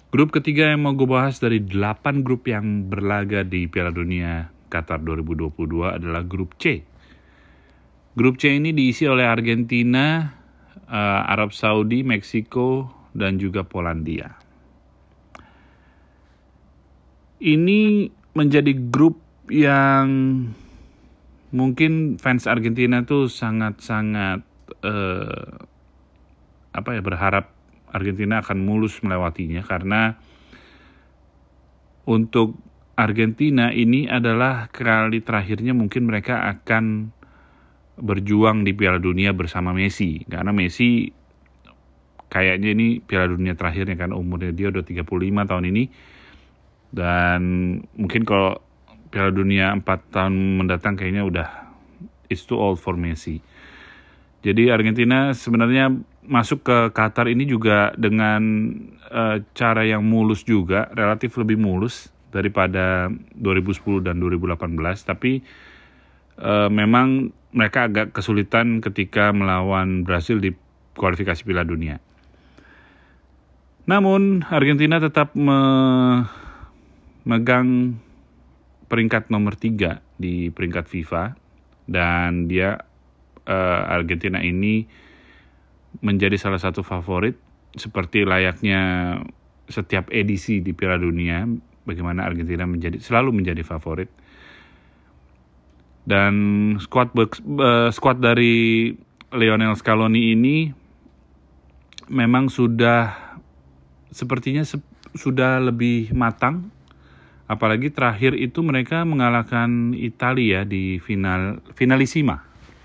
Grup ketiga yang mau gue bahas dari 8 grup yang berlaga di Piala Dunia Qatar 2022 adalah grup C. Grup C ini diisi oleh Argentina, Arab Saudi, Meksiko, dan juga Polandia. Ini menjadi grup yang mungkin fans Argentina tuh sangat-sangat berharap Argentina akan mulus melewatinya, karena untuk Argentina ini adalah kali terakhirnya mungkin mereka akan berjuang di Piala Dunia bersama Messi, karena Messi kayaknya ini Piala Dunia terakhirnya, kan umurnya dia udah 35 tahun ini, dan mungkin kalau Piala Dunia 4 tahun mendatang kayaknya udah it's too old for Messi. Jadi Argentina sebenarnya masuk ke Qatar ini juga dengan cara yang mulus juga, relatif lebih mulus daripada 2010 dan 2018, tapi memang mereka agak kesulitan ketika melawan Brasil di kualifikasi Piala Dunia. Namun Argentina tetap memegang peringkat nomor 3 di peringkat FIFA, dan Argentina ini menjadi salah satu favorit, seperti layaknya setiap edisi di Piala Dunia, bagaimana Argentina selalu menjadi favorit. Dan squad dari Lionel Scaloni ini memang sepertinya sudah lebih matang, apalagi terakhir itu mereka mengalahkan Italia di finalissima.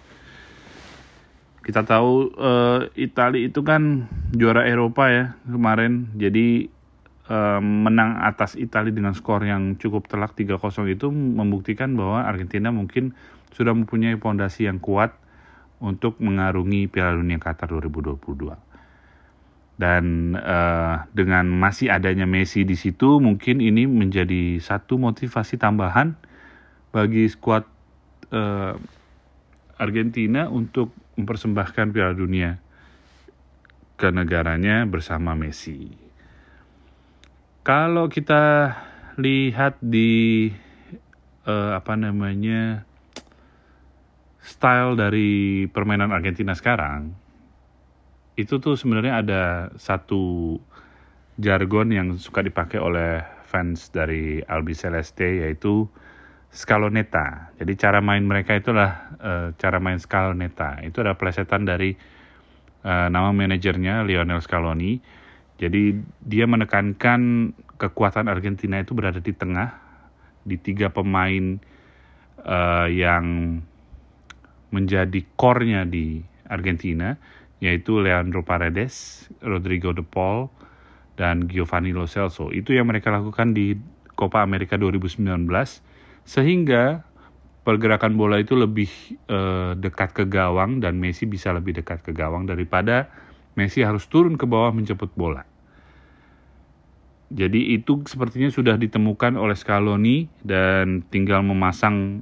Kita tahu Italia itu kan juara Eropa ya kemarin, jadi menang atas Italia dengan skor yang cukup telak 3-0 itu membuktikan bahwa Argentina mungkin sudah mempunyai fondasi yang kuat untuk mengarungi Piala Dunia Qatar 2022. Dan dengan masih adanya Messi di situ, mungkin ini menjadi satu motivasi tambahan bagi skuad Argentina untuk mempersembahkan Piala Dunia ke negaranya bersama Messi. Kalau kita lihat di style dari permainan Argentina sekarang, itu tuh sebenarnya ada satu jargon yang suka dipakai oleh fans dari Albiceleste, yaitu Scaloneta. Jadi cara main mereka itulah cara main Scaloneta. Itu adalah plesetan dari nama manajernya Lionel Scaloni. Jadi dia menekankan kekuatan Argentina itu berada di tengah, di 3 pemain yang menjadi core-nya di Argentina, yaitu Leandro Paredes, Rodrigo de Paul, dan Giovanni Lo Celso. Itu yang mereka lakukan di Copa America 2019, sehingga pergerakan bola itu lebih dekat ke gawang, dan Messi bisa lebih dekat ke gawang daripada Messi harus turun ke bawah menjemput bola. Jadi itu sepertinya sudah ditemukan oleh Scaloni, dan tinggal memasang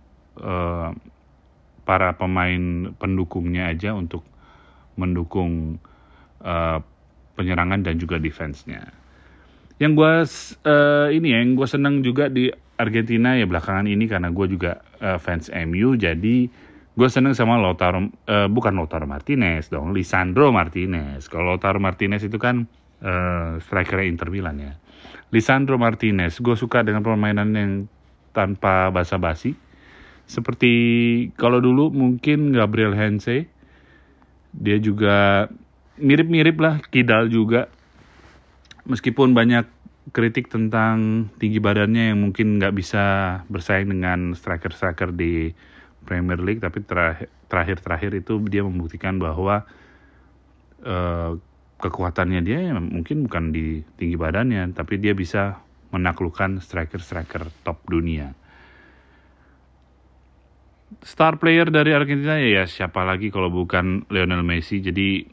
para pemain pendukungnya aja untuk mendukung penyerangan dan juga defense-nya. Yang gue senang juga di Argentina ya belakangan ini, karena gue juga fans MU, jadi gue seneng sama bukan Lautaro Martinez dong, Lisandro Martinez. Kalau Lautaro Martinez itu kan striker Inter Milan ya. Lisandro Martinez, gue suka dengan permainan yang tanpa basa-basi. Seperti kalau dulu mungkin Gabriel Heinze, dia juga mirip-mirip lah, kidal juga. Meskipun banyak kritik tentang tinggi badannya yang mungkin nggak bisa bersaing dengan striker-striker di Premier League, tapi terakhir itu dia membuktikan bahwa kekuatannya dia mungkin bukan di tinggi badannya, tapi dia bisa menaklukkan striker-striker top dunia. Star player dari Argentina ya siapa lagi kalau bukan Lionel Messi. Jadi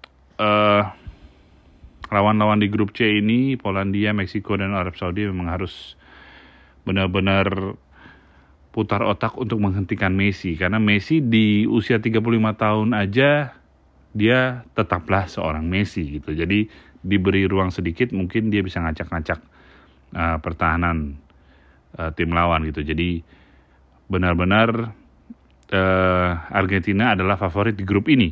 lawan-lawan di grup C ini, Polandia, Meksiko, dan Arab Saudi memang harus benar-benar putar otak untuk menghentikan Messi, karena Messi di usia 35 tahun aja dia tetaplah seorang Messi gitu. Jadi diberi ruang sedikit mungkin dia bisa ngacak-ngacak pertahanan tim lawan gitu. Jadi benar-benar Argentina adalah favorit di grup ini.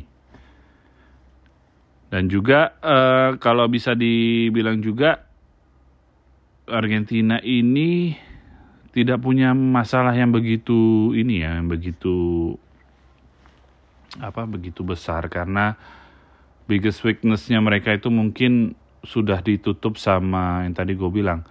Dan juga kalau bisa dibilang juga Argentina ini tidak punya masalah yang begitu begitu besar, karena biggest weakness-nya mereka itu mungkin sudah ditutup sama yang tadi gue bilang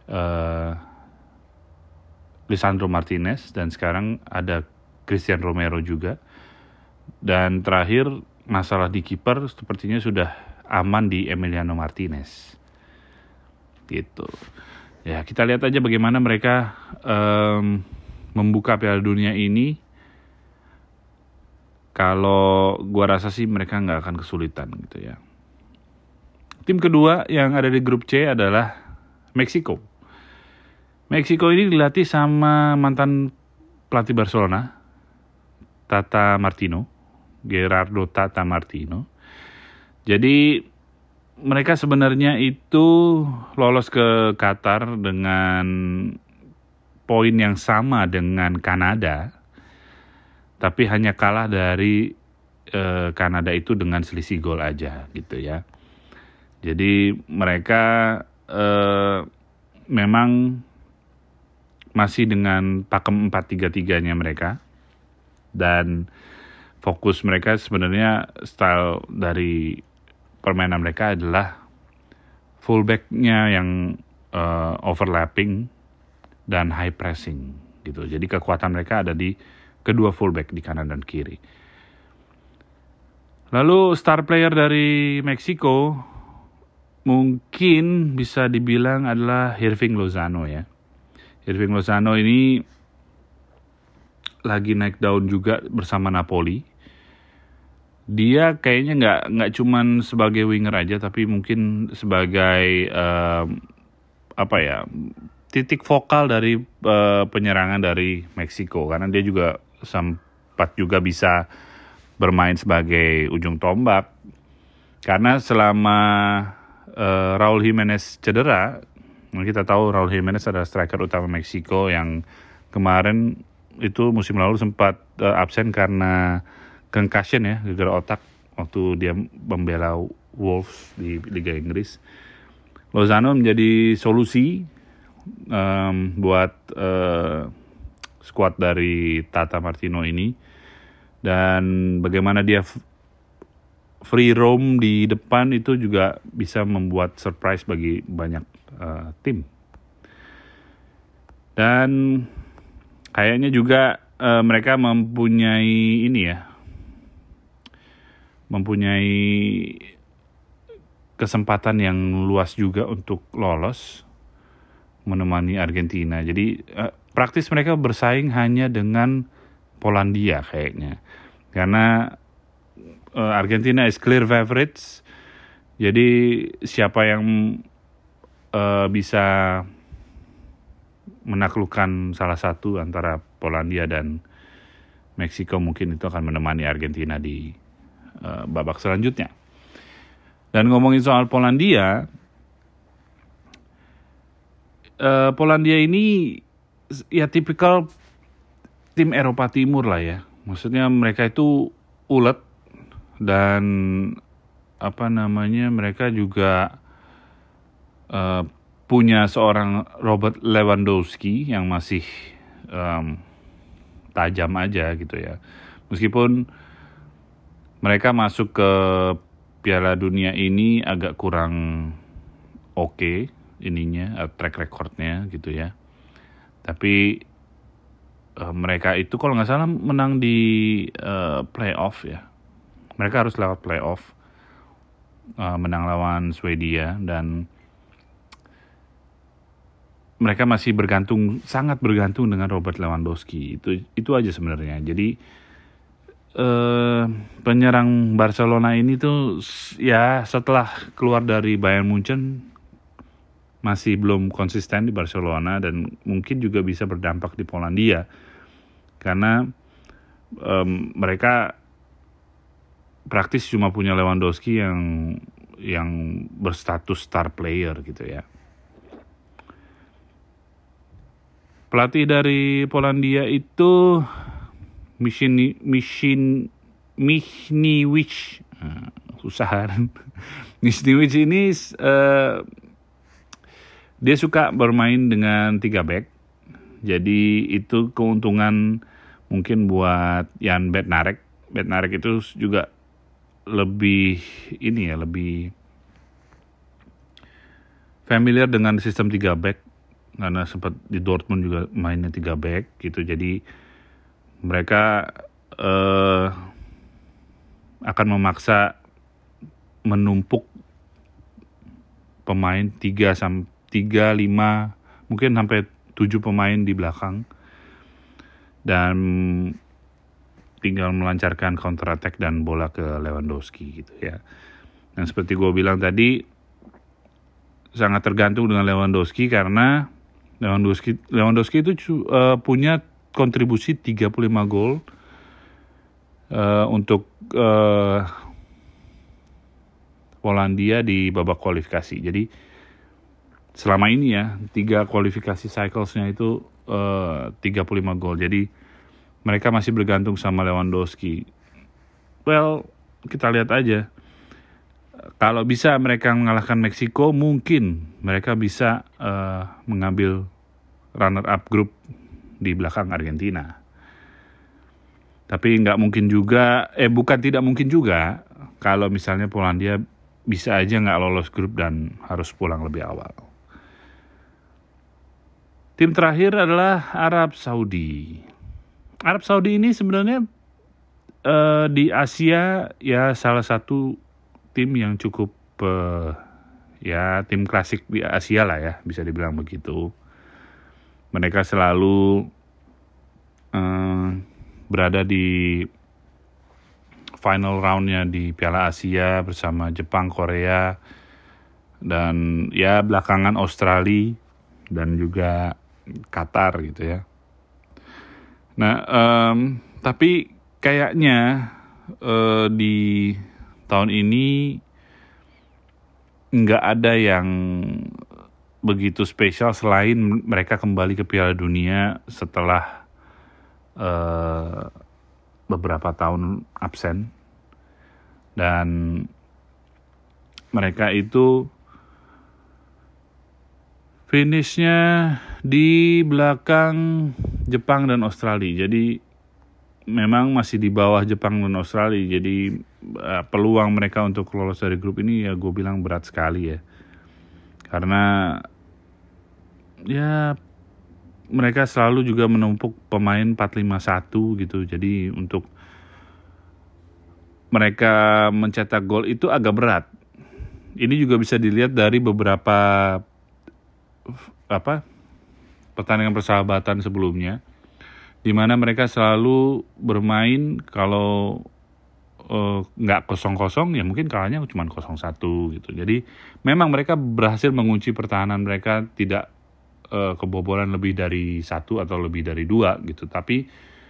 Lisandro Martinez, dan sekarang ada Christian Romero juga. Dan terakhir masalah di kiper sepertinya sudah aman di Emiliano Martinez. Gitu. Ya, kita lihat aja bagaimana mereka membuka Piala Dunia ini. Kalau gua rasa sih mereka nggak akan kesulitan gitu ya. Tim kedua yang ada di grup C adalah Meksiko. Meksiko ini dilatih sama mantan pelatih Barcelona, Gerardo Tata Martino. Jadi mereka sebenarnya itu lolos ke Qatar dengan poin yang sama dengan Kanada, tapi hanya kalah dari Kanada itu dengan selisih gol aja gitu ya. Jadi mereka memang masih dengan pakem 4-3-3-nya mereka, dan fokus mereka sebenarnya style dari permainan mereka adalah fullback-nya yang overlapping dan high pressing gitu. Jadi kekuatan mereka ada di kedua fullback di kanan dan kiri. Lalu star player dari Meksiko mungkin bisa dibilang adalah Hirving Lozano ya. Hirving Lozano ini lagi naik daun juga bersama Napoli. Dia kayaknya nggak cuman sebagai winger aja, tapi mungkin sebagai titik vokal dari penyerangan dari Meksiko, karena dia juga sempat juga bisa bermain sebagai ujung tombak. Karena selama Raul Jimenez cedera, kita tahu Raul Jimenez adalah striker utama Meksiko yang kemarin itu musim lalu sempat absen karena concussion ya, gegar otak waktu dia membela Wolves di Liga Inggris. Lozano menjadi solusi buat skuad dari Tata Martino ini, dan bagaimana dia free roam di depan itu juga bisa membuat surprise bagi banyak tim. Dan kayaknya juga mereka mempunyai kesempatan yang luas juga untuk lolos menemani Argentina. Jadi praktis mereka bersaing hanya dengan Polandia kayaknya. Karena Argentina is clear favorites. Jadi siapa yang bisa menaklukkan salah satu antara Polandia dan Meksiko mungkin itu akan menemani Argentina di babak selanjutnya. Dan ngomongin soal Polandia, Polandia ini ya tipikal tim Eropa Timur lah ya. Maksudnya mereka itu ulet, dan mereka juga punya seorang Robert Lewandowski yang masih tajam aja gitu ya. Meskipun mereka masuk ke Piala Dunia ini agak kurang oke track recordnya gitu ya. Tapi mereka itu kalau nggak salah menang di playoff ya. Mereka harus lewat playoff, menang lawan Swedia, dan mereka masih sangat bergantung dengan Robert Lewandowski. Itu aja sebenarnya. Jadi penyerang Barcelona ini tuh ya setelah keluar dari Bayern Munchen masih belum konsisten di Barcelona, dan mungkin juga bisa berdampak di Polandia karena mereka praktis cuma punya Lewandowski yang yang berstatus star player gitu ya. Pelatih dari Polandia itu Michniewicz. Susah kan? Michniewicz ini dia suka bermain dengan 3 back. Jadi itu keuntungan mungkin buat Jan Bednarek. Bednarek itu juga lebih familiar dengan sistem 3 back karena sempat di Dortmund juga mainnya 3 back gitu. Jadi mereka akan memaksa menumpuk pemain 3, 5, mungkin sampai 7 pemain di belakang dan tinggal melancarkan counter attack dan bola ke Lewandowski gitu ya. Dan seperti gue bilang tadi, sangat tergantung dengan Lewandowski karena Lewandowski itu punya kontribusi 35 gol untuk Polandia di babak kualifikasi. Jadi selama ini ya 3 kualifikasi cyclesnya itu 35 gol. Jadi mereka masih bergantung sama Lewandowski. Well, kita lihat aja. Kalau bisa mereka mengalahkan Meksiko, mungkin mereka bisa mengambil runner up grup di belakang Argentina. Tapi bukan tidak mungkin juga kalau misalnya Polandia bisa aja nggak lolos grup dan harus pulang lebih awal. Tim terakhir adalah Arab Saudi. Arab Saudi ini sebenarnya di Asia ya salah satu tim yang cukup tim klasik di Asia lah ya, bisa dibilang begitu. Mereka selalu berada di final roundnya di Piala Asia bersama Jepang, Korea, dan ya belakangan Australia dan juga Qatar gitu ya. Nah, tapi kayaknya di tahun ini nggak ada yang begitu spesial selain mereka kembali ke Piala Dunia setelah beberapa tahun absen, dan mereka itu finishnya di belakang Jepang dan Australia. Jadi memang masih di bawah Jepang dan Australia. Jadi peluang mereka untuk lolos dari grup ini ya gue bilang berat sekali ya. Karena ya mereka selalu juga menumpuk pemain 4-5-1 gitu. Jadi untuk mereka mencetak gol itu agak berat. Ini juga bisa dilihat dari beberapa pertandingan persahabatan sebelumnya, di mana mereka selalu bermain kalau nggak 0-0 ya mungkin kalahnya cuma 0-1 gitu. Jadi memang mereka berhasil mengunci pertahanan mereka, tidak kebobolan lebih dari 1 atau lebih dari 2 gitu. Tapi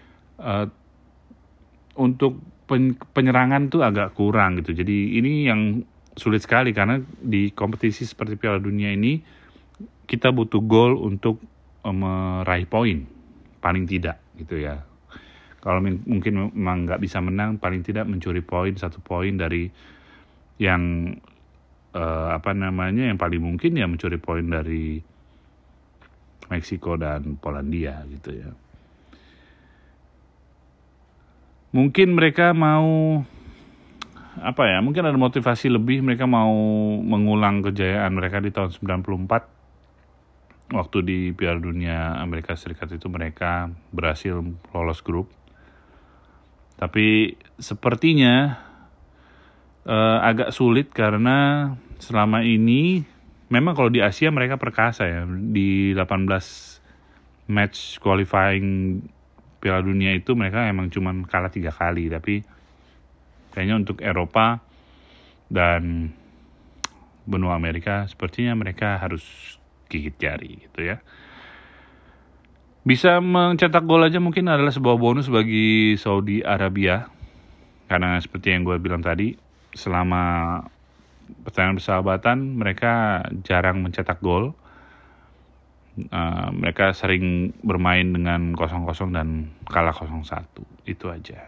untuk penyerangan tuh agak kurang gitu. Jadi ini yang sulit sekali karena di kompetisi seperti Piala Dunia ini kita butuh gol untuk meraih poin paling tidak gitu ya. Kalau mungkin memang nggak bisa menang, paling tidak mencuri poin 1 poin dari yang yang paling mungkin ya mencuri poin dari Meksiko dan Polandia gitu ya. Mungkin mereka mau mungkin ada motivasi lebih, mereka mau mengulang kejayaan mereka di tahun 94 waktu di Piala Dunia Amerika Serikat itu mereka berhasil lolos grup. Tapi sepertinya agak sulit karena selama ini memang kalau di Asia mereka perkasa ya. Di 18 match qualifying Piala Dunia itu mereka emang cuma kalah 3 kali. Tapi kayaknya untuk Eropa dan benua Amerika sepertinya mereka harus gigit jari gitu ya. Bisa mencetak gol aja mungkin adalah sebuah bonus bagi Saudi Arabia. Karena seperti yang gue bilang tadi, selama pertandingan persahabatan mereka jarang mencetak gol. Mereka sering bermain dengan 0-0 dan kalah 0-1. Itu aja.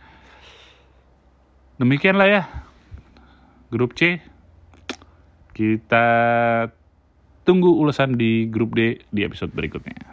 Demikianlah ya grup C. Kita tunggu ulasan di grup D di episode berikutnya.